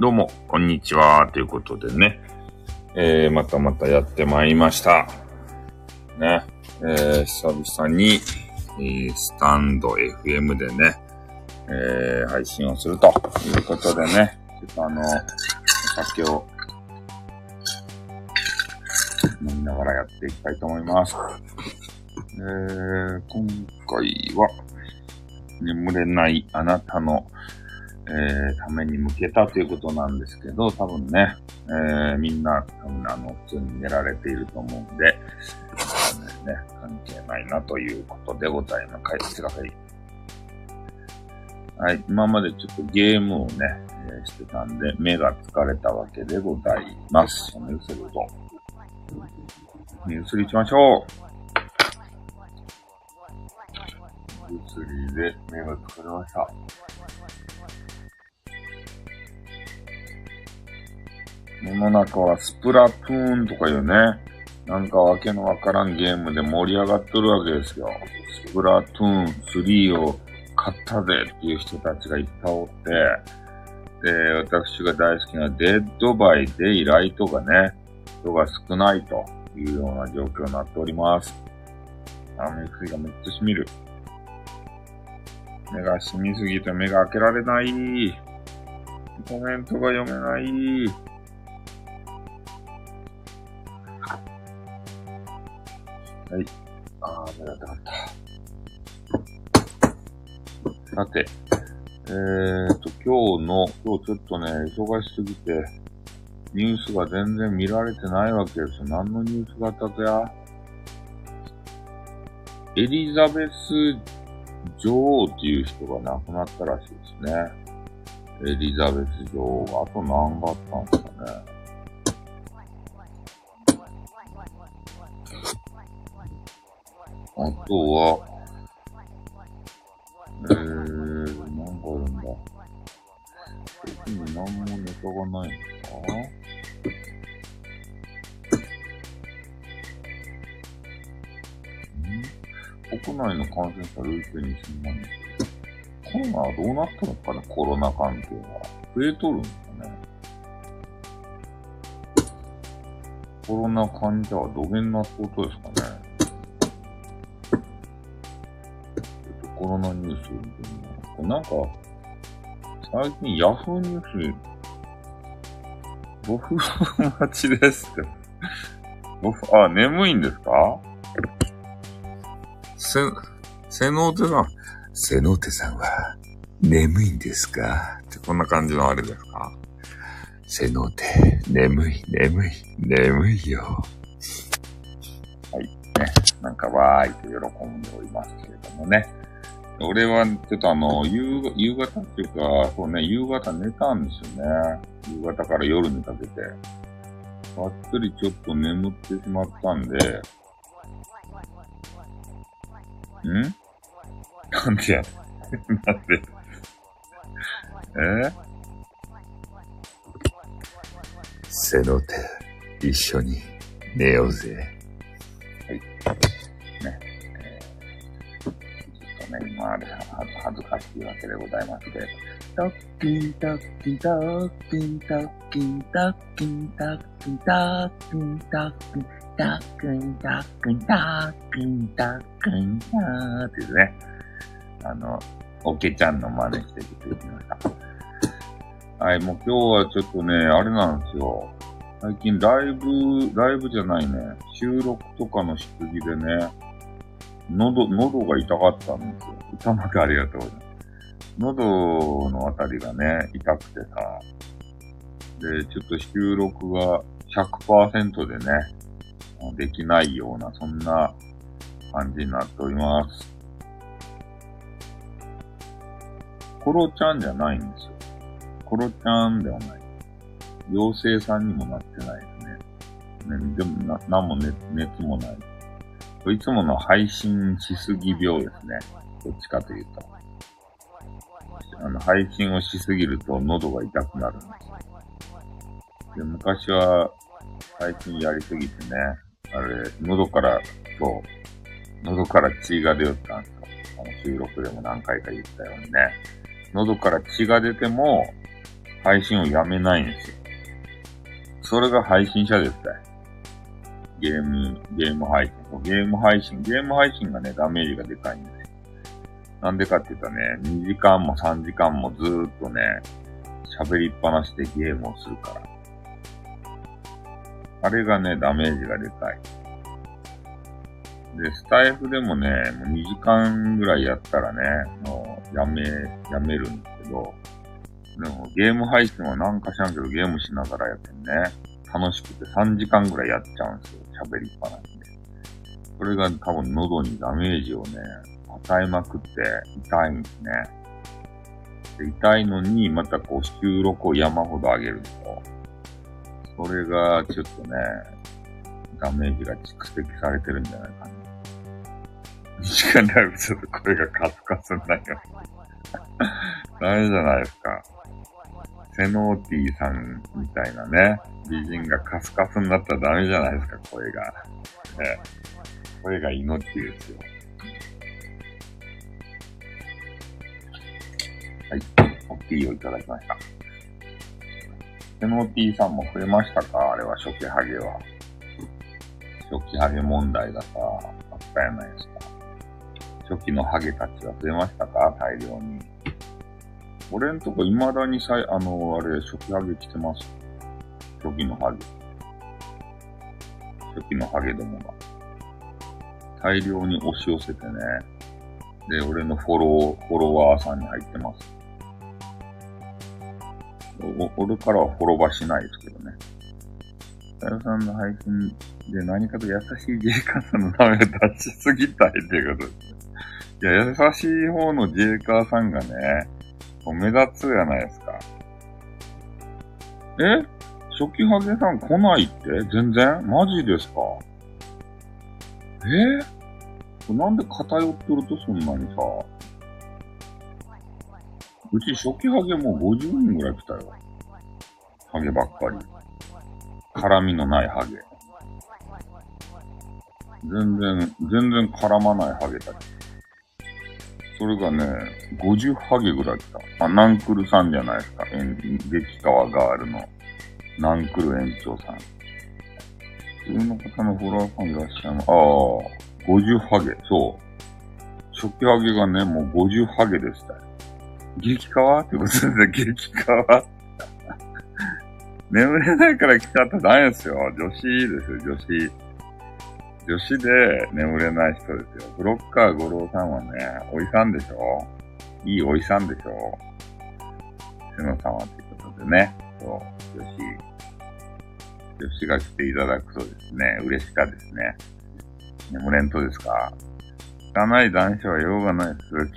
どうも、こんにちは。ということでね、またやってまいりました。ね、久々に、スタンド FM でね、配信をするということでね、ちょっとお酒を飲みながらやっていきたいと思います。今回は、眠れないあなたのために向けたということなんですけど、多分ね、みんな、普通に寝られていると思うんで、ね、関係ないなということでございます。はい、今までちょっとゲームをね、してたんで、目が疲れたわけでございます。目薬と。目薬いきましょう。目薬で目が疲れました。世の中はスプラトゥーンとかいうね、なんかわけのわからんゲームで盛り上がっとるわけですよ。スプラトゥーン3を買ったぜっていう人たちがいっぱいおって、で、私が大好きなデッドバイデイライトがね、人が少ないというような状況になっております。目薬がめっちゃしみる。目がしみすぎて目が開けられない。コメントが読めない。はい。目が痛かった。さて、今日ちょっとね、忙しすぎて、ニュースが全然見られてないわけですよ。何のニュースがあったとや？エリザベス女王っていう人が亡くなったらしいですね。エリザベス女王が、あと何があったんですかね。あとは、なんかあるんだ。特に何もネタがないんですか？国内の感染者累計2000万人。コロナはどうなったのかね、コロナ関係は。増えとるんですかね。コロナ患者はどげんなってことですかね。コロナニュース見てみよう。なんか、最近ヤフーニュース、ご夫婦待ちですって。眠いんですか？セノーテさんは、眠いんですかってこんな感じのあれですか？セノーテ、眠いよ。はい。ね。なんかわーいと喜んでおりますけれどもね。俺は、ちょっと夕方っていうか、そうね、夕方寝たんですよね。夕方から夜にかけて。がっつりちょっと眠ってしまったんで、なんでやなんでセノテ、一緒に寝ようぜ。はい。ね。ちょっとね、今あれ恥ずかしいわけでございまして。トッキントッキントッキントッキントッキントッキントッキントッキンタックンタックンタックンタックンターっていうね、オケちゃんの真似してきました。はい、もう今日はちょっとね、あれなんですよ。最近ライブじゃないね、収録とかのしすぎでね、喉が痛かったんですよ。歌までありがとうございます。喉のあたりがね、痛くてさ、で、ちょっと収録が 100% でね、できないような、そんな感じになっております。コロちゃんじゃないんですよ。コロちゃんではない。妖精さんにもなってないですね。でもなんも熱もない。いつもの配信しすぎ病ですね。どっちかというと。配信をしすぎると喉が痛くなるんですよ。で、昔は配信やりすぎてね、喉から血が出よったんですよ。収録でも何回か言ったようにね。喉から血が出ても、 配信をやめないんですよ。それが配信者ですね。ゲーム配信。ゲーム配信がね、ダメージがでかいんですよ。なんでかって言ったらね、2時間も3時間もずーっとね、喋りっぱなしでゲームをするから。あれがね、ダメージがでかい。で、スタイフでもね、もう2時間ぐらいやったらね、もうやめるんですけど、でもゲーム配信はなんか知らんけどゲームしながらやってね、楽しくて3時間ぐらいやっちゃうんですよ。喋りっぱなしで。これが多分喉にダメージをね、与えまくって痛いんですね。で、痛いのにまたこう収録を山ほど上げると、それがちょっとね、ダメージが蓄積されてるんじゃないかな。2時間ライブすると声がカスカスになるよ。ダメじゃないですか。セノーティーさんみたいなね、美人がカスカスになったらダメじゃないですか、声が。声が命ですよ。はい。おティーをいただきました。セノーティーさんも増えましたか？あれは初期ハゲは。初期ハゲ問題がさ、あったやないですか。初期のハゲたちは増えましたか？大量に。俺んとこ未だにあれ、初期ハゲ来てます。初期のハゲ。初期のハゲどもが。大量に押し寄せてね。で、俺のフォロワーさんに入ってます。俺からはフォロバしないですけどね。さよさんの配信で何かと優しいジェイカーさんの名前を出しすぎたいっていうことですね。いや、優しい方のジェイカーさんがね、目立つやないですか。初期ハゲさん来ないって全然マジですか？なんで偏っとるとそんなにさ。うち初期ハゲもう50人ぐらい来たよ。ハゲばっかり。絡みのないハゲ。全然絡まないハゲたち。それがね、50ハゲぐらい来た。ナンクルさんじゃないですか。激川ガールのナンクル園長さん。普通の方のフォロワーさんいらっしゃいます。50ハゲ。そう。初期ハゲがね、もう50ハゲでした。激川ってことですね、激川。眠れないから来ちゃったらダメですよ。女子ですよ、女子。女子で眠れない人ですよ。ブロッカー五郎さんはね、おいさんでしょ？いいおいさんでしょ？瀬野様ってことでね。そう、女子が来ていただくとですね、嬉しかですね。眠れんとですか？汚い男子は用がないです。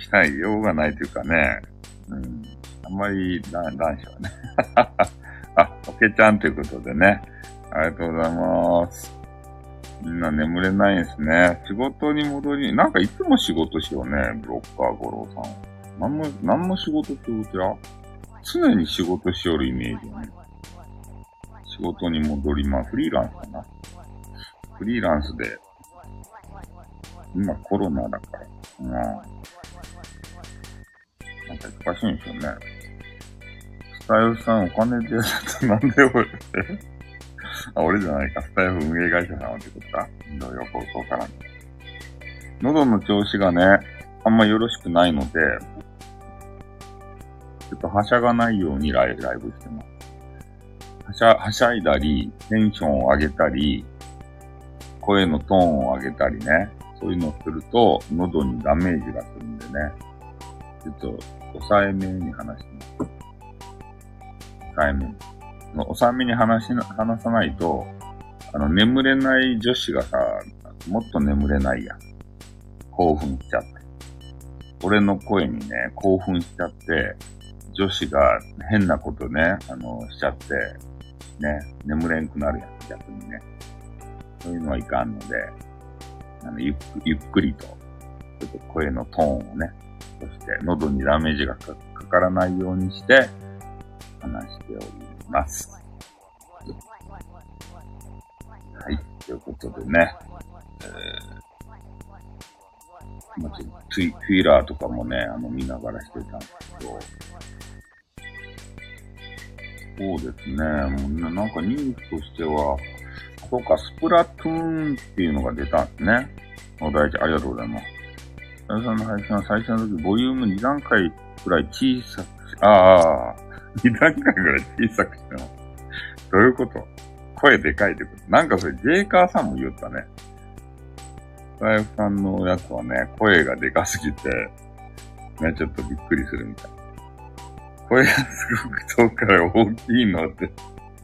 汚い用がないというかね、あんまり男子はね。おけちゃんということでね。ありがとうございます。みんな眠れないんですね。仕事になんかいつも仕事しようね、ブロッカー五郎さん。何の仕事ってことや？常に仕事しよるイメージね。仕事に戻ります。フリーランスかな。フリーランスで、今コロナだから、なんか難しいんですよね。スタイフさんお金でやつなんで俺俺じゃないか、スタイフ運営会社さんはってことか。よくわからん。喉の調子がね、あんまよろしくないので、ちょっとはしゃがないようにライブしてます。はしゃいだり、テンションを上げたり、声のトーンを上げたりね、そういうのをすると、喉にダメージがするんでね、ちょっと抑えめに話してます。抑えめに話さないと、眠れない女子がさ、もっと眠れないやん。興奮しちゃって。俺の声にね、興奮しちゃって、女子が変なことね、しちゃって、ね、眠れんくなるやん、逆にね。そういうのはいかんので、ゆっくりと、ちょっと声のトーンをね、そして喉にダメージがかからないようにして、話しております。はい、ということでね、ツイッラーとかもね、見ながらしてたんですけど、 そうですね。もうなんかニュースとしては、そうか、スプラトゥーンっていうのが出たんですね。お大事、ありがとうございます。さんの配信は最初の時、ボリューム2段階くらい小さくし、2段階くらい小さくしてます。どういうこと？声でかいってこと？なんかそれ、ジェイカーさんも言ったね。スタイフさんのやつはね、声がでかすぎて、ね、ちょっとびっくりするみたい。声がすごく遠くから大きいのって、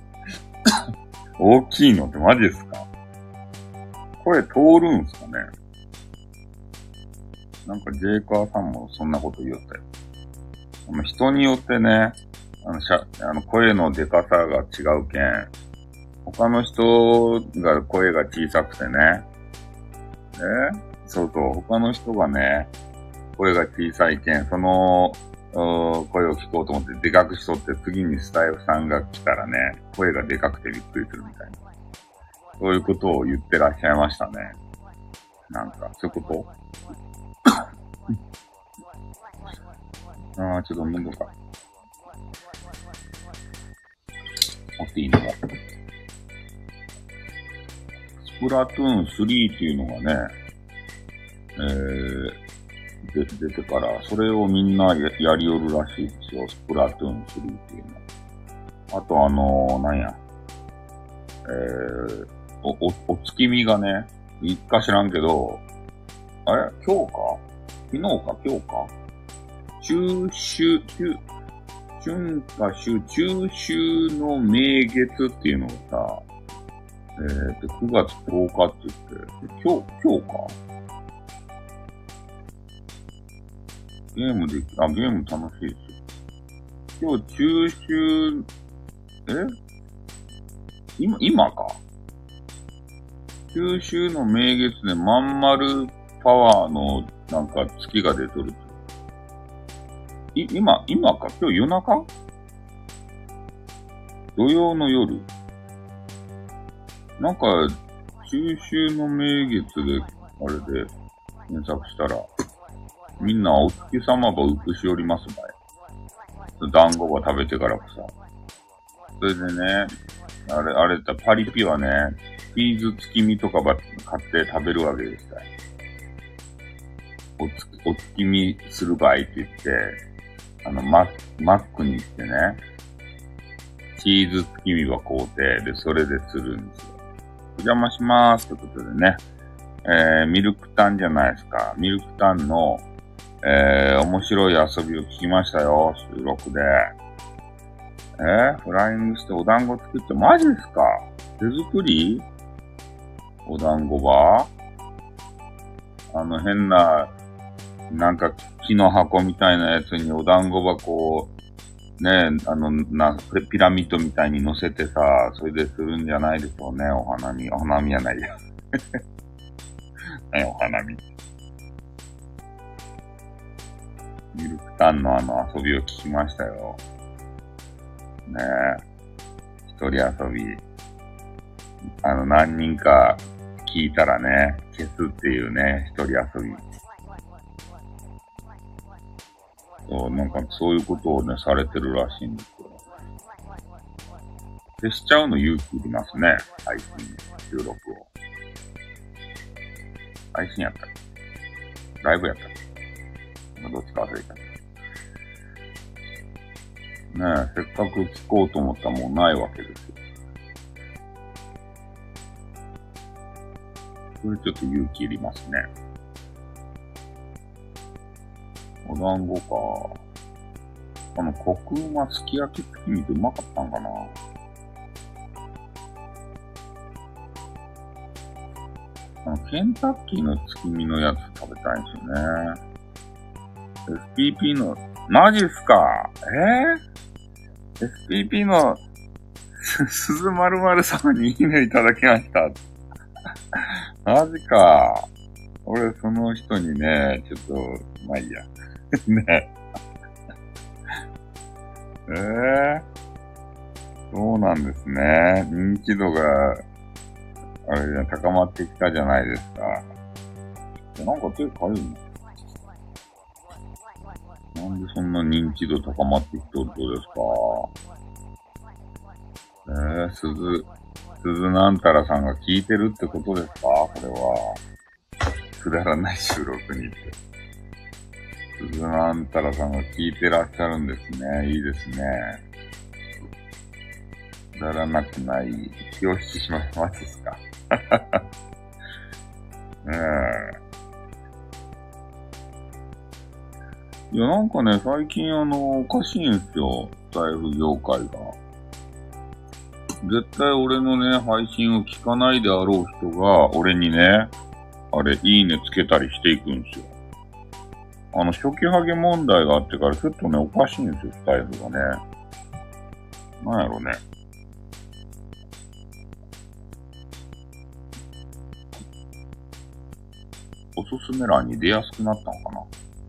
大きいのってマジですか？声通るんすかね？なんかジェイカーさんもそんなこと言ったよ。人によってね、声のでかさが違うけん、他の人が声が小さくてね、そうそう、他の人がね、声が小さいけん、その、声を聞こうと思ってでかくしとって、次にスタイフさんが来たらね、声がでかくてびっくりするみたいな。そういうことを言ってらっしゃいましたね。なんか、そういうことちょっと喉が。持っていいのも。スプラトゥーン3っていうのがね、出てから、それをみんなやりよるらしいですよ。スプラトゥーン3っていうの。あとなんや。お月見がね、いっか知らんけど、あれ今日か昨日か今日か春秋の名月っていうのがさ、9月10日って言って、今日かゲーム楽しいですよ。今日中秋、今か。中秋の名月でまん丸パワーのなんか月が出とる。今か今日夜中土曜の夜なんか、中秋の名月で、あれで検索したら、みんなお月様ば浮くしおりますばい。団子ば食べてからもさ。それでね、あれパリピはね、チーズ月見とかば買って食べるわけですよ。お月見するばいって言って、マックに行ってね、チーズ月見ば買うて、で、それでするんですよ。お邪魔しまーすということでね、ミルクタンじゃないですか。ミルクタンの、面白い遊びを聞きましたよ、収録で。フライングしてお団子作って、マジですか？手作り？お団子ば？変な、なんか木の箱みたいなやつにお団子ばこう、ね、ピラミッドみたいに乗せてさ、それでするんじゃないでしょうね、お花見やないや。ね、お花見。ミルクタンの遊びを聞きましたよ。ねえ。一人遊び。何人か聞いたらね、消すっていうね、一人遊び。そう、なんかそういうことをね、されてるらしいんですよ。消しちゃうの勇気いりますね。配信、収録を。配信やった。ライブやった。どっちか忘れた。ねえ、せっかく聞こうと思ったらもうないわけですよ。これちょっと勇気いりますね。お団子か。コクうますき焼き月見ってうまかったんかな。ケンタッキーの月見のやつ食べたいんですよね。SPP の、マジっすか？SPP の鈴丸々様にいいねいただきました。マジか。俺その人にね、ちょっと、まあいいや。ね。そうなんですね。認知度が、あれね、高まってきたじゃないですか。なんか手かゆいの？なんでそんな認知度高まってきとるとですか？ 鈴なんたらさんが聞いてるってことですか？これは。くだらない収録にって。鈴なんたらさんが聞いてらっしゃるんですね。いいですね。くだらなくない。気を引き締まりますですか？ねえ。いや、なんかね、最近おかしいんですよ。スタイフ業界が。絶対俺のね、配信を聞かないであろう人が、俺にね、いいねつけたりしていくんですよ。初期ハゲ問題があってからちょっとね、おかしいんですよ、スタイフがね。なんやろね。おすすめ欄に出やすくなったのかな？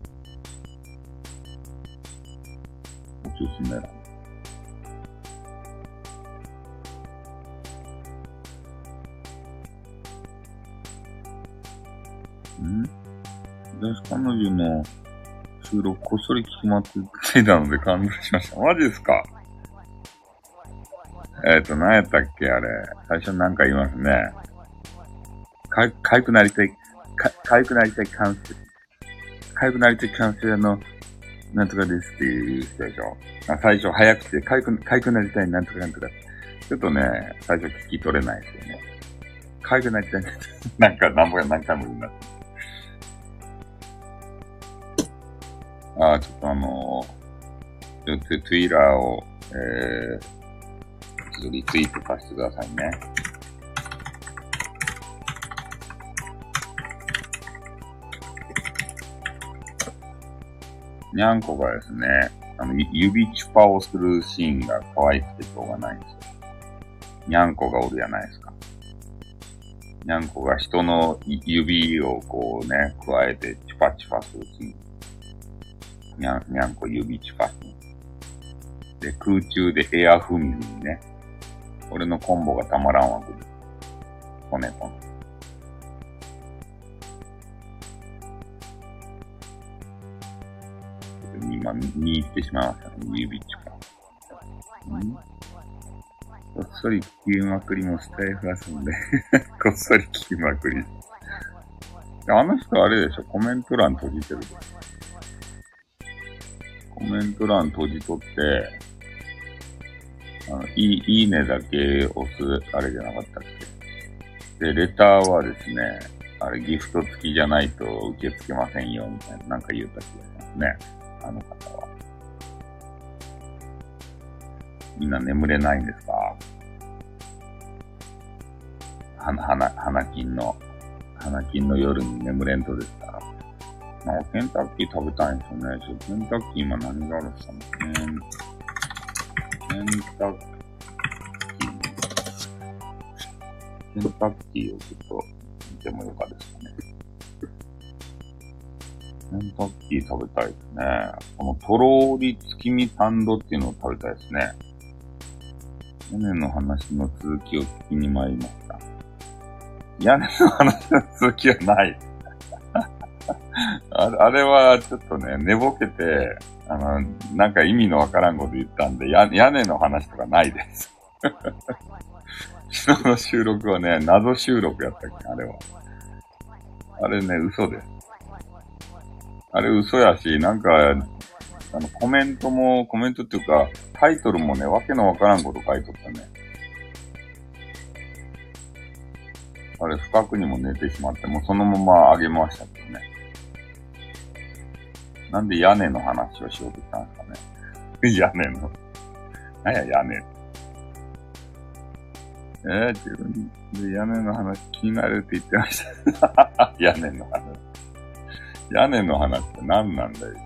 おすすめ欄。私、彼女の収録こっそり聞きまくっていたので感動しました。マジですか？何やったっけあれ。最初なんか言いますね。かゆくなりたい、かゆくなりたい関数。かゆくなりたい関数なんとかですっていう人でしょ。最初早くて、かゆくなりたいなんとかなんとか。ちょっとね、最初聞き取れないですよね。かゆくなりたいなんか何回も言うんだ。ちょっとTwitter を、ちょっとリツイートさせてくださいね。にゃんこがですね、指チュパをするシーンが可愛くてしょうがないんですよ。にゃんこがおるやないですか。にゃんこが人の指をこうね、加えてチュパチュパするシーン。にゃんこ指チュパする。で、空中でエアフミルにね、俺のコンボがたまらんわけです。こね。今、見入ってしまいましたね、指チュパ。こっそり聞きまくりもスタイフ遊んでこっそり聞きまくり。あの人あれでしょ、コメント欄閉じてる。コメント欄閉じ取って、いいねだけ押す、あれじゃなかったっけ。で、レターはですね、ギフト付きじゃないと受け付けませんよ、みたいな、なんか言った気がしますね。あの方は。みんな眠れないんですか？花金の夜に眠れんとですか？ケンタッキー食べたいんですよね。ケンタッキー今何があるんですかね。ケンタッキーをちょっと見てもよかですかね。ケンタッキー食べたいですね。このとろーり月見サンドっていうのを食べたいですね。屋根の話の続きを聞きに参りました。屋根の話の続きはない。あれはちょっとね、寝ぼけて、なんか意味のわからんこと言ったんで、屋根の話とかないです。昨日の収録はね、謎収録やったっけ、あれは。あれね、嘘です。あれ嘘やし、なんか、コメントっていうか、タイトルもね、わけのわからんこと書いとったね。あれ、深くにも寝てしまって、もうそのままあげましたけどね。なんで屋根の話をしようとしたんですかね。屋根の。なんや、屋根。自分で屋根の話気になるって言ってました。屋根の話。屋根の話って何なんだよ。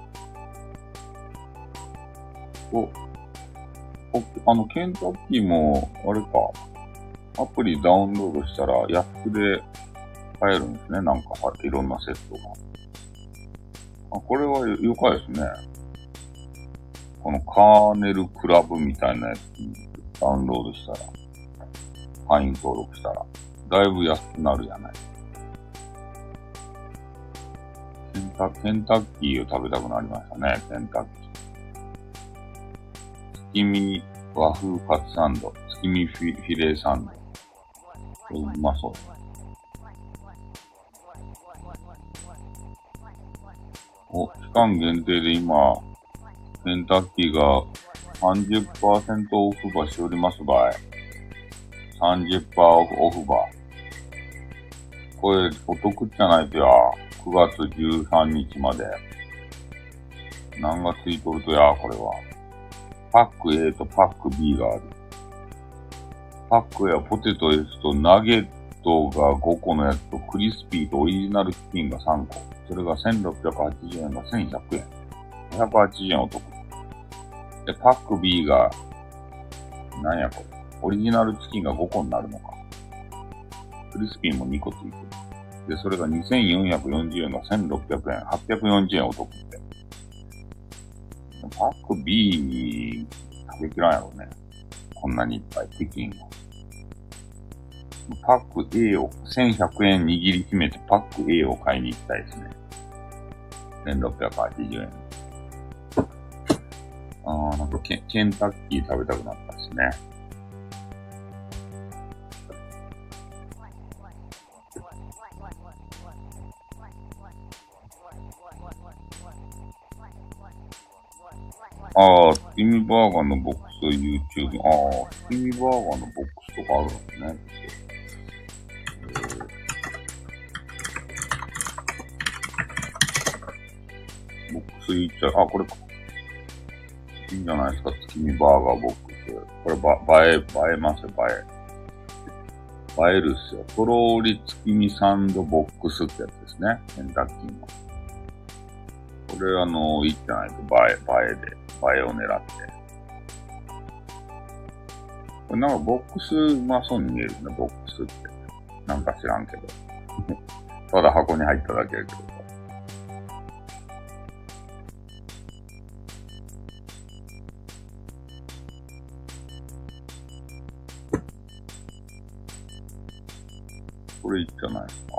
ケンタッキーも、あれか、アプリダウンロードしたら安くで買えるんですね。なんか、いろんなセットが。これは良かですね。このカーネルクラブみたいなやつにダウンロードしたら、会員登録したら、だいぶ安くなるやない。ケンタッキーを食べたくなりましたね、ケンタッキー。 和風カツサンド、月見フィレサンド。これうまそう。お、期間限定で今、ケンタッキーが 30% オフバしておりますばい。30% オフバ。これ、お得じゃないとや。9月13日まで。何がついとるとや、これは。パック A とパック B がある。パックやポテト S とナゲットが5個のやつとクリスピーとオリジナルチキンが3個。それが1680円が1100円。580円お得。で、パック B が、なんやこれ。オリジナルチキンが5個になるのか。クリスピーも2個ついてる。で、それが2440円が1600円。840円お得って。パック B 食べきらんやろね。こんなにいっぱいチキンを。パック A を1100円握りしめてパック A を買いに行きたいですね。1680円。なんかケンタッキー食べたくなったしね。月見バーガーのボックス YouTube。月見バーガーのボックスとかあるんですね。ボックスいっちゃう。これか。いいんじゃないですか、月見バーガーボックス。これ映えますよ、映えるっすよ。とろーり月見サンドボックスってやつですね。ケンタッキーの。これいいんじゃないと、映えを狙って。これなんかボックスうまそうに見えるね、ボックスって。なんか知らんけど。ただ箱に入っただけやけど。これいいんじゃないですか。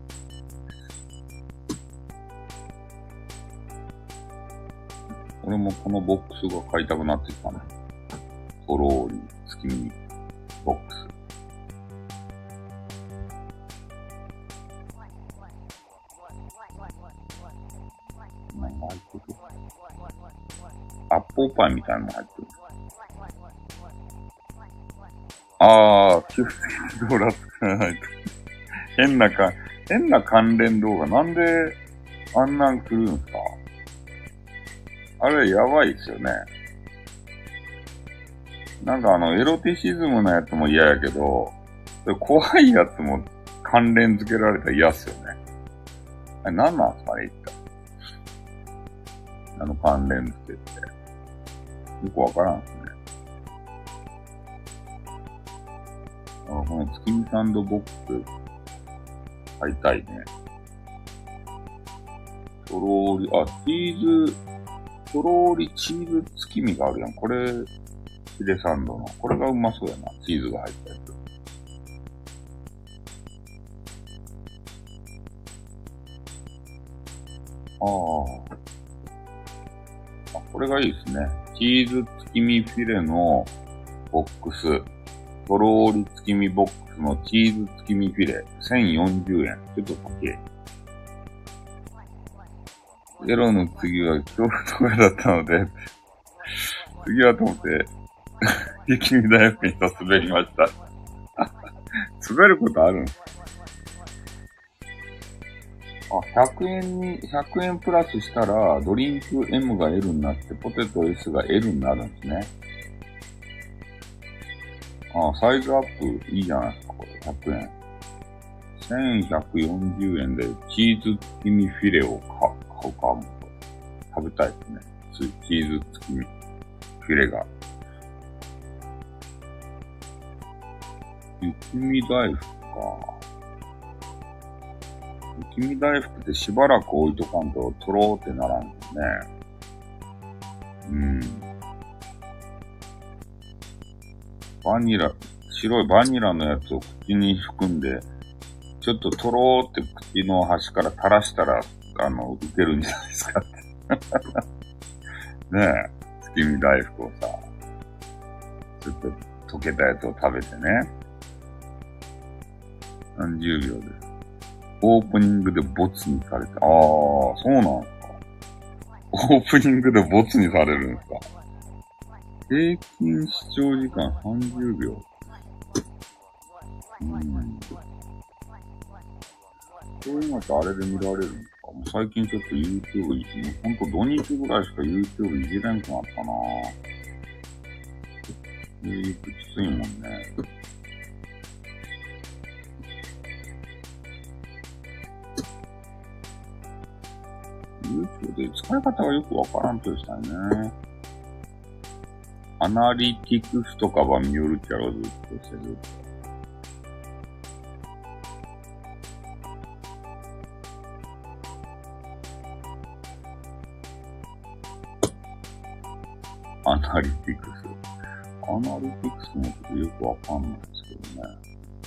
俺もこのボックスが買いたくなってきたね。とろーり月見ボックス。何が入ってる？アッポーパイみたいなのが入ってる。急に動画作らないと。変な関連動画。なんであんなん来るんすか？あれやばいっすよね。なんかエロティシズムのやつも嫌やけど、怖いやつも関連付けられたら嫌っすよね。あれ何なんすかね、一体。関連付けって。よくわからんっすね。この月見サンドボックス、買いたいね。とろーり、とろーりチーズ月見があるやん。これ、フィレサンドの。これがうまそうやな。チーズが入ったやつ。これがいいですね。チーズ月見フィレのボックス。とろーり月見ボックスのチーズ月見フィレ。1040円。ちょっと高い。ゼロの次は京都がだったので、次はと思って、雪見大福にと滑りました。滑ることあるんですか？100円プラスしたら、ドリンク M が L になって、ポテト S が L になるんですね。サイズアップいいじゃないですか、これ。100円。1140円でチーズ月見フィレを買うかも。食べたいですね。チーズ月見フィレが。雪見大福か。雪見大福ってしばらく置いとかんととろーってならんですね。白いバニラのやつを口に含んで、ちょっととろーって口の端から垂らしたら、受けるんじゃないですかって。ねえ、月見大福をさ。 ちょっと溶けたやつを食べてね。30秒です。オープニングでボツにされて、そうなんですか。オープニングでボツにされるんですか。平均視聴時間30秒。そういうのってあれで見られるんですか。もう最近ちょっと YouTube、ほんと土日ぐらいしか YouTube いじれんくなったなぁ。きついもんね。YouTube で使い方がよくわからんとしたいね。アナリティクスとかは見よるっちゃろ、ずっとしてる。アナリティクスもちょっとよくわかんないですけどね。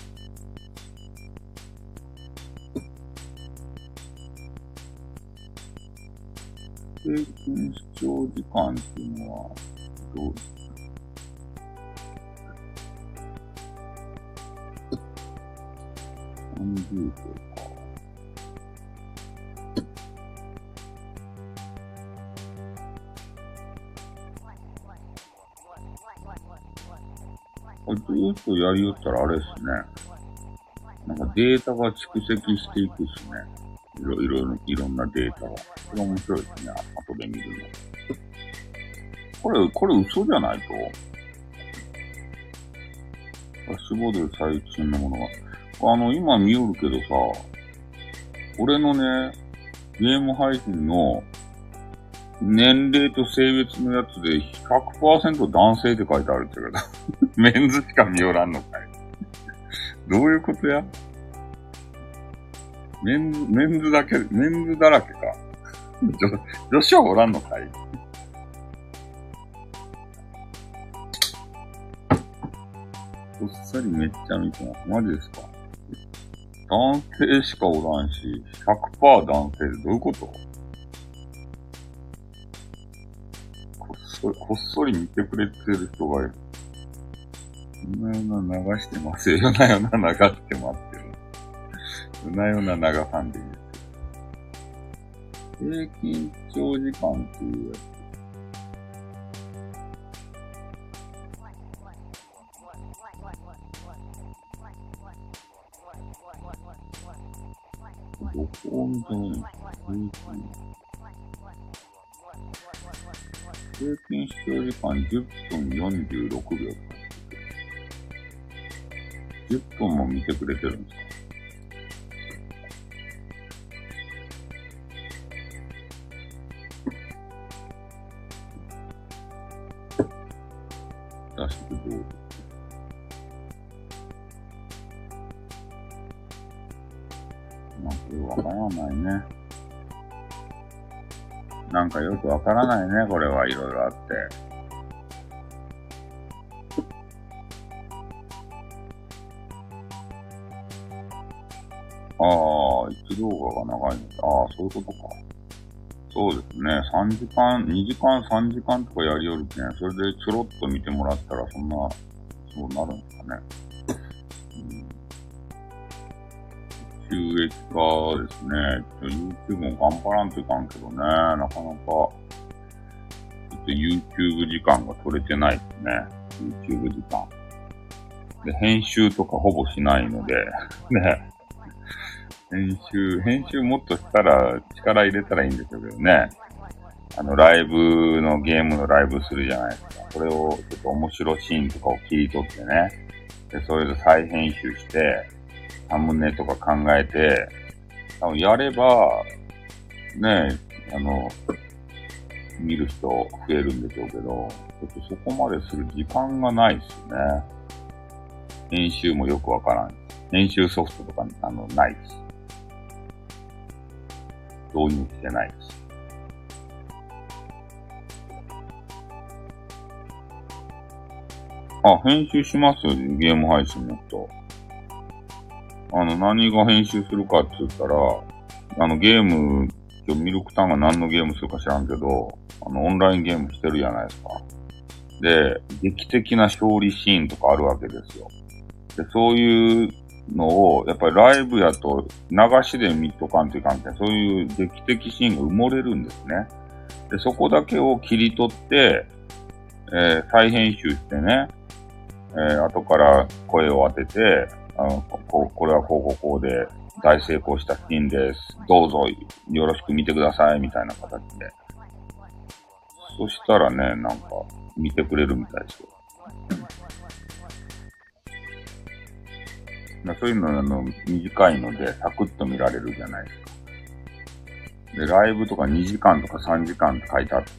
平均視聴時間っていうのはどうですか。30秒か。ずーっとやりよったらあれですね。なんかデータが蓄積していくしね。いろんなデータが。これ面白いですね。後で見るの。これ嘘じゃないと絞る最近のものが。今見よるけどさ、俺のね、ゲーム配信の年齢と性別のやつで 100% 男性って書いてあるって言うけど。メンズしか見よらんのかい。どういうことや。メンズだらけか。女子はおらんのかい。こっそりめっちゃ見てます。マジですか。男性しかおらんし、100% 男性ってどういうこと。こっそり見てくれてる人がいる。夜な夜な流してますよ。夜な夜な流してますよ。夜な夜な流さんでいいですよ。平均長時間っていうやつ。どこみたいな平均視聴時間10分46秒。10分も見てくれてるんですか。出してどう。わからないね。なんかよくわからないね、これはいろいろあって。1動画が長いんだ。そういうことか。そうですね。3時間、2時間、3時間とかやりよるけん、それでちょろっと見てもらったら、そうなるんですかね。収益化ですね。YouTube も頑張らんといかんけどね。なかなか、ちょっと YouTube 時間が取れてないですね。YouTube 時間。で、編集とかほぼしないので、ね。編集もっとしたら、力入れたらいいんですけどね。ライブのゲームのライブするじゃないですか。これを、ちょっと面白シーンとかを切り取ってね。で、それで再編集して、サムネとか考えて、多分やれば、ね、見る人増えるんでしょうけど、ちょっとそこまでする時間がないですね。編集もよくわからん。編集ソフトとか、ないし。導入してないし。編集しますよ、ゲーム配信の人。何が編集するかって言ったら、ゲーム、ミルクタンが何のゲームするか知らんけど、オンラインゲームしてるじゃないですか。 で、劇的な勝利シーンとかあるわけですよ。で、そういうのを、やっぱりライブやと流しで見とかんといかんって、そういう劇的シーンが埋もれるんですね。で、そこだけを切り取って、再編集してね、後から声を当てて、これはこうで大成功したシーンです。どうぞよろしく見てください、みたいな形で。そしたらね、なんか、見てくれるみたいですよ。そういうの短いので、サクッと見られるじゃないですか。で、ライブとか2時間とか3時間って書いてあって、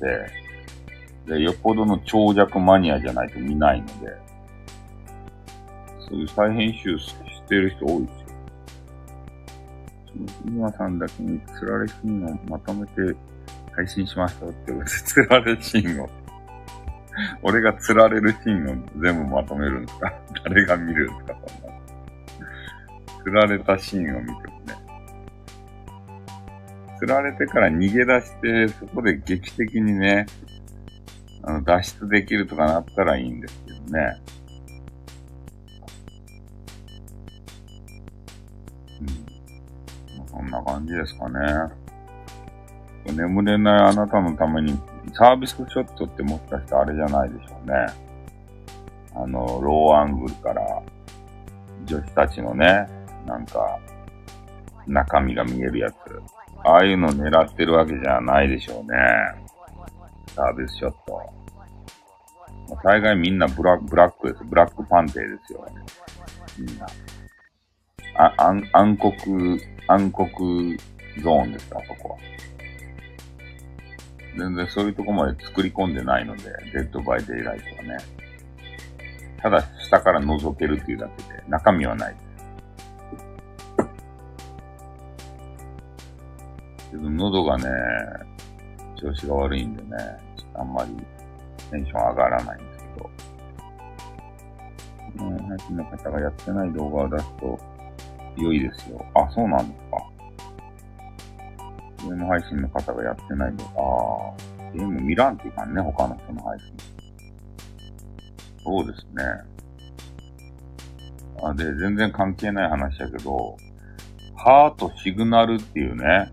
で、よっぽどの長尺マニアじゃないと見ないので、そういう再編集してる人多いですよ。今さんだけにつられシーンをまとめて配信しましたってことで、つられシーンを、俺がつられるシーンを全部まとめるんですか？誰が見るんですか？そんな。つられたシーンを見てもね。つられてから逃げ出して、そこで劇的にね、脱出できるとかなったらいいんですけどね。そんな感じですかね。眠れないあなたのために、サービスショットってもしかしてあれじゃないでしょうね。ローアングルから女子たちのね、なんか、中身が見えるやつ。ああいうの狙ってるわけじゃないでしょうね。サービスショット。大概みんなブラックです。ブラックパンテーですよ。みんな。暗黒ゾーンですか、そこは。全然そういうとこまで作り込んでないので、デッドバイデイライトはね。ただ下から覗けるっていうだけで、中身はない。喉がね、調子が悪いんでね、あんまりテンション上がらないんですけど、配信の方がやってない動画を出すと良いですよ。あ、そうなんですか。ゲーム配信の方がやってない動画、ゲーム見らんっていうかね、他の人の配信。そうですね。で、全然関係ない話だけど、ハートシグナルっていうね、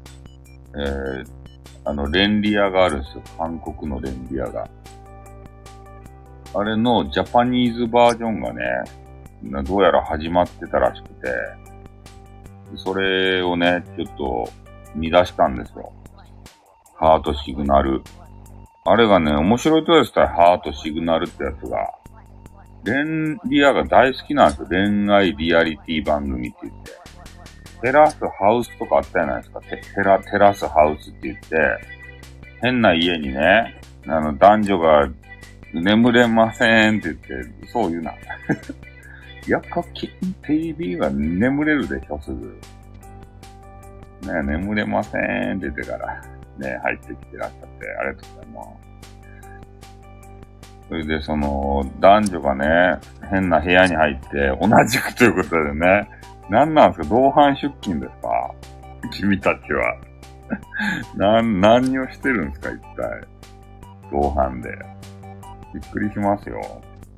レンリアがあるんですよ。韓国のレンリアが。あれのジャパニーズバージョンがね、どうやら始まってたらしくて、それをね、ちょっと見出したんですよ。ハートシグナル。あれがね、面白いとですから、ハートシグナルってやつが。レンリアが大好きなんですよ。恋愛リアリティ番組って言って。テラスハウスとかあったじゃないですか。テラスハウスって言って、変な家にね、男女が眠れませんって言って、そう言うな。ヤカキン TV は眠れるでしょ、すぐ。ね、眠れませんって言ってから、ね、入ってきてらっしゃって、ありがとうございます。それで、男女がね、変な部屋に入って、同じくということでね、何なんですか？同伴出勤ですか？君たちは。何をしてるんですか？一体。同伴で。びっくりしますよ。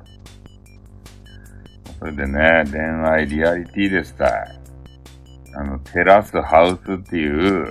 それでね、恋愛リアリティでしたい。テラスハウスっていう、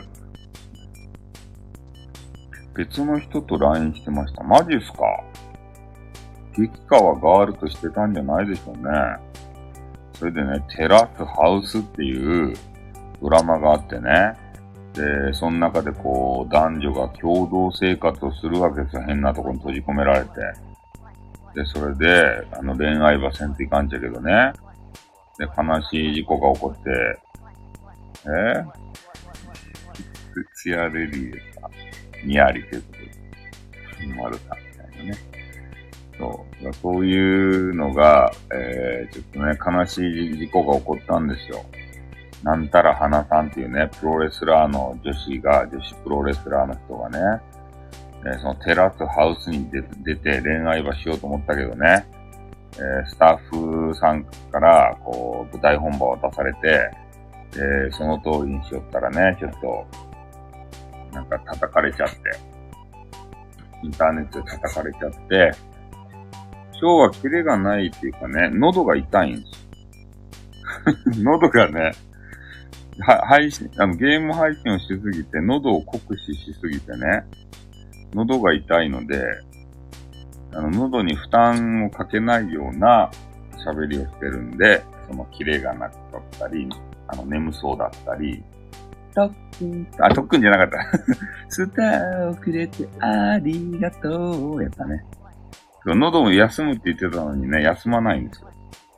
別の人と LINE してました。マジっすか？激川ガールとしてたんじゃないでしょうね。それでね、テラスハウスっていうドラマがあってね。で、その中でこう、男女が共同生活をするわけですよ。変なところに閉じ込められて。で、それで、恋愛はせんといかんちゃけどね。で、悲しい事故が起こって、ツヤレディですか？ニアリということで。丸さんみたいなね。そういうのが、ちょっとね、悲しい事故が起こったんですよ。なんたら花さんっていうね、プロレスラーの女子プロレスラーの人がね、そのテラスハウスに出て恋愛はしようと思ったけどね、スタッフさんからこう舞台本番を渡されて、その通りにしよったらね、ちょっとなんか叩かれちゃって、インターネットで叩かれちゃって、 今日はキレがないっていうかね、喉が痛いんですよ。喉がね、配信、ゲーム配信をしすぎて、喉を酷使しすぎてね、喉が痛いので、喉に負担をかけないような喋りをしてるんで、そのキレがなかったり、眠そうだったり、特訓じゃなかった。スターをくれてありがとう。やったね。喉も休むって言ってたのにね、休まないんですよ。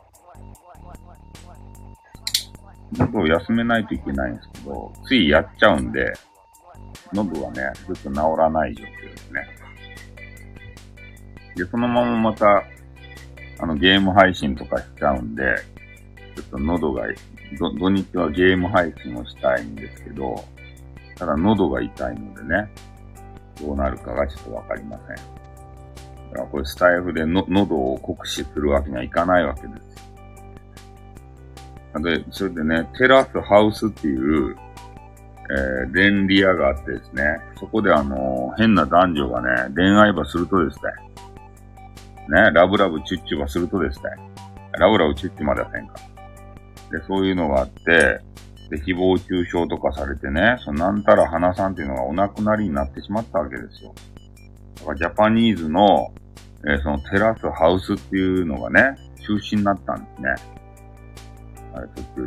喉を休めないといけないんですけど、ついやっちゃうんで、喉はね、ずっと治らない状況ですね。で、そのまままた、ゲーム配信とかしちゃうんで、ちょっと喉が、土日はゲーム配信をしたいんですけど、ただ喉が痛いのでね、どうなるかがちょっとわかりません。だからこれスタイフで喉を酷使するわけにはいかないわけです。で、それでね、テラスハウスっていう、連リアがあってですね、そこで変な男女がね、恋愛場するとですね、ラブラブチュッチュばするとですね、ラブラブチュッチュまではせんか。で、そういうのがあって、で、誹謗中傷とかされてね、なんたら花さんっていうのがお亡くなりになってしまったわけですよ。だからジャパニーズの、そのテラスハウスっていうのがね、中止になったんですね。あれ途中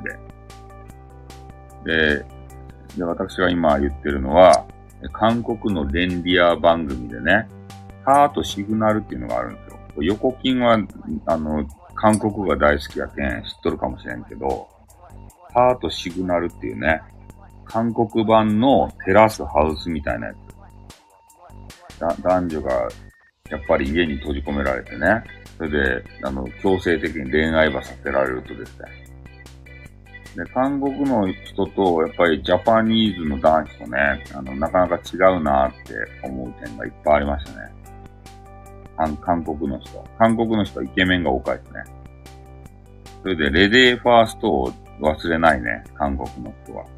で。で、私が今言ってるのは、韓国のレンリア番組でね、ハートシグナルっていうのがあるんですよ。横金は、韓国が大好きやけん知っとるかもしれんけど、ハートシグナルっていうね、韓国版のテラスハウスみたいなやつ。男女が、やっぱり家に閉じ込められてね、それで、強制的に恋愛場させられるとですね。で、韓国の人と、やっぱりジャパニーズの男子とね、なかなか違うなって思う点がいっぱいありましたね。韓国の人はイケメンが多かったですね。それで、レディーファーストを忘れないね、韓国の人は。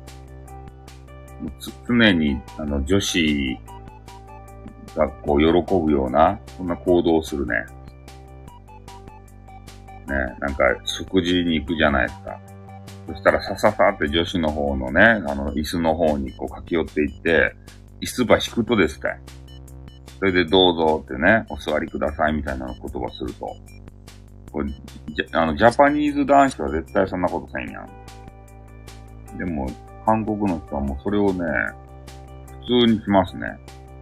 常に、女子がこう、喜ぶような、そんな行動をするね。ね、なんか、食事に行くじゃないですか。そしたら、さささって女子の方のね、椅子の方にこう駆け寄っていって、椅子ば引くとですね。それでどうぞってね、お座りくださいみたいな言葉すると。これジャパニーズ男子は絶対そんなことせんやん。でも、韓国の人はもうそれをね、普通にしますね。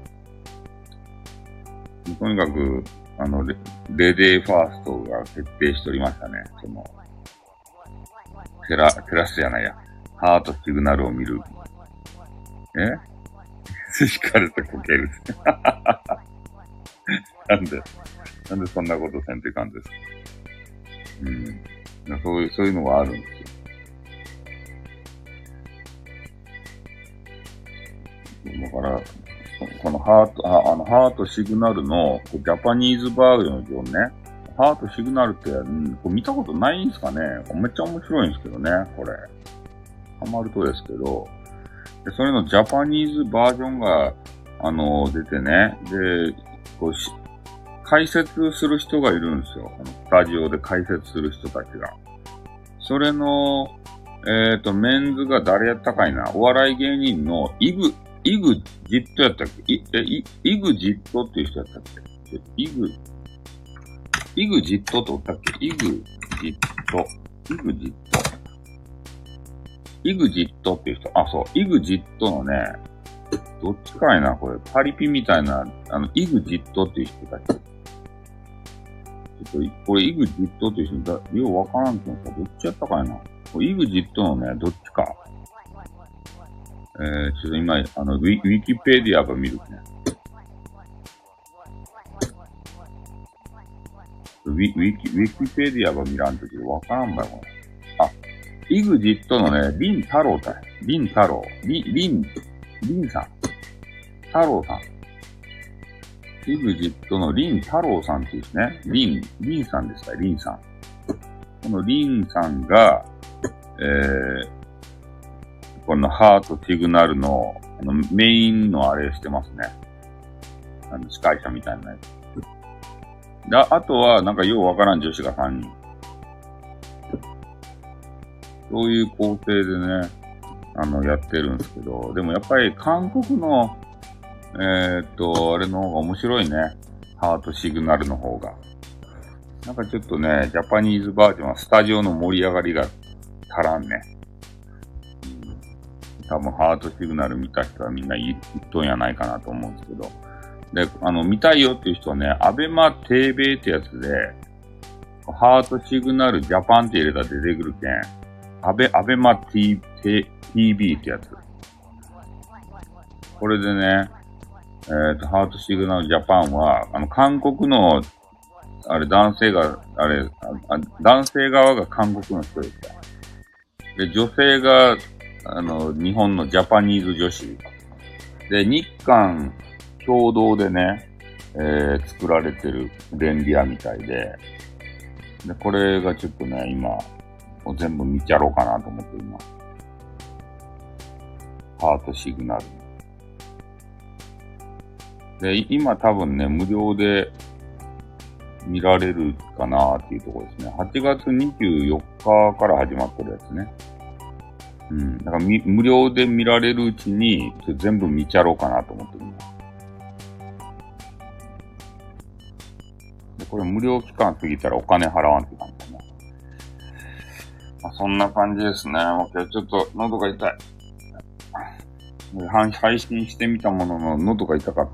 とにかく、レディーファーストが決定しておりましたね。テラスじゃないや。ハートシグナルを見る。叱かれてこける。なんでそんなことせんといかんですか。そういうのがあるんですよ。だから、このハートシグナルのジャパニーズバージョンね。ハートシグナルって、これ見たことないんですかね。めっちゃ面白いんですけどね、これ。ハマるとですけど。で、それのジャパニーズバージョンが、出てね。で、解説する人がいるんですよ。スタジオで解説する人たちが。それの、メンズが誰やったかいな。お笑い芸人のイグジットやったっけイグジットっていう人やったっけイグジットっておったっけイグジットっていう人。あ、そう。イグジットのね、どっちかいなこれ。パリピみたいな、イグジットっていう人たち。ちょっと、これイグジットっていう人だ、ようわからんけどさ、どっちやったかいなこれイグジットのね、どっちか。ちょっと今、ウィキペディアば見るね。ウィキペディアば見らんときわからんばよ、これ。あ、イグジットのね、リン太郎さん。リンさん。太郎さん。イグジットのリン太郎さんっていうですね。リンさんでした、リンさん。このリンさんが、このハートシグナルの、メインのあれしてますね。司会者みたいなやつ。 で、あとは、なんかようわからん女子が3人。そういう構成でね、やってるんですけど、でもやっぱり韓国の、あれの方が面白いね。ハートシグナルの方が。なんかちょっとね、ジャパニーズバージョンはスタジオの盛り上がりが足らんね。多分ハートシグナル見た人はみんな言っとんやないかなと思うんですけど。で、見たいよっていう人はね、アベマ TV ってやつで、ハートシグナルジャパンって入れたら出てくるけん、アベマ TV ってやつ。これでね、ハートシグナルジャパンは、韓国の、男性側が韓国の人ですか。で、女性が、日本のジャパニーズ女子。で、日韓共同でね、作られてる便利屋みたいで、これがちょっとね、今、全部見ちゃろうかなと思っています。ハートシグナル。で、今多分ね、無料で見られるかなっていうところですね。8月24日から始まってるやつね。うん。だから無料で見られるうちに、全部見ちゃろうかなと思っています。で、これ無料期間過ぎたらお金払わんって感じだね。まあ、そんな感じですね。もう今日ちょっと喉が痛い。配信してみたものの喉が痛かった。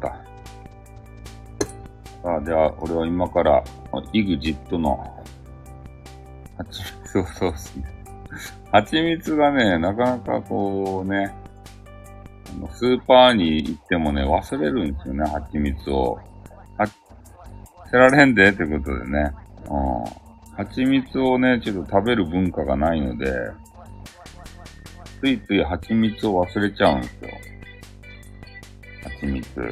さあ、では、俺は今から、EXIT の、蜂蜜をそうですね。蜂蜜がね、なかなかこうね、スーパーに行ってもね、忘れるんですよね、蜂蜜を。捨てられんでってことでね。蜂蜜をね、ちょっと食べる文化がないので、ついつい蜂蜜を忘れちゃうんですよ。蜂蜜。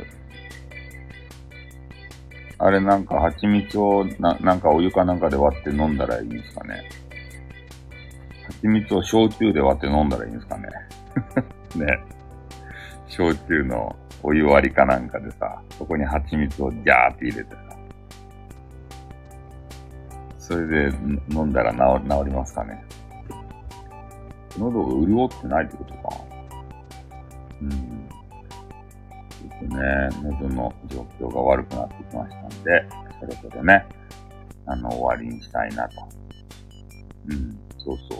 あれなんか蜂蜜をなんかお湯かなんかで割って飲んだらいいんですかね。蜂蜜を焼酎で割って飲んだらいいんですかね。ね。焼酎のお湯割りかなんかでさ、そこに蜂蜜をジャーって入れてさ。それで飲んだら治りますかね。喉が潤ってないってことか。ちょっとね、喉の状況が悪くなってきましたんで、それぞれね、終わりにしたいなと。そうそう。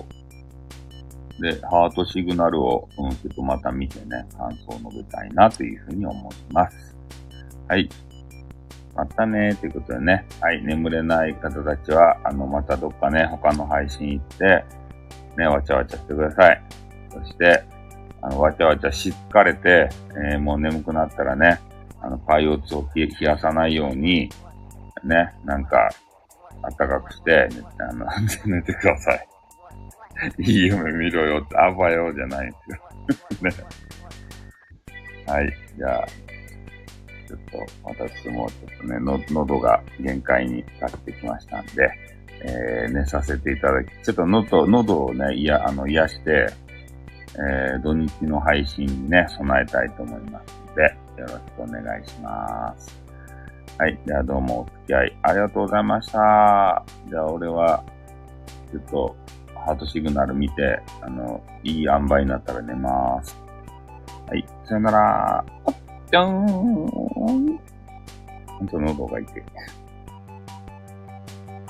で、ハートシグナルを、ちょっとまた見てね、感想を述べたいなというふうに思います。はい。またねーということでね、はい、眠れない方たちは、またどっかね、他の配信行って、ね、わちゃわちゃしてください。そして、わちゃわちゃしっかれて、もう眠くなったらね、パイオツを冷やさないように、ね、なんか、暖かくして、寝てください。いい夢見ろよって、あばよじゃないんですよ。ね。はい。じゃあ、ちょっと、私もちょっとね、喉が限界に達してきましたんで、寝させていただき、ちょっと喉をね、癒して、土日の配信にね、備えたいと思いますので、よろしくお願いします。はい。ではどうもお付き合いありがとうございました。じゃあ俺は、ちょっと、ハートシグナル見て、いい塩梅になったら寝ます。はい。さよなら。じゃーん。ほんと喉が痛い。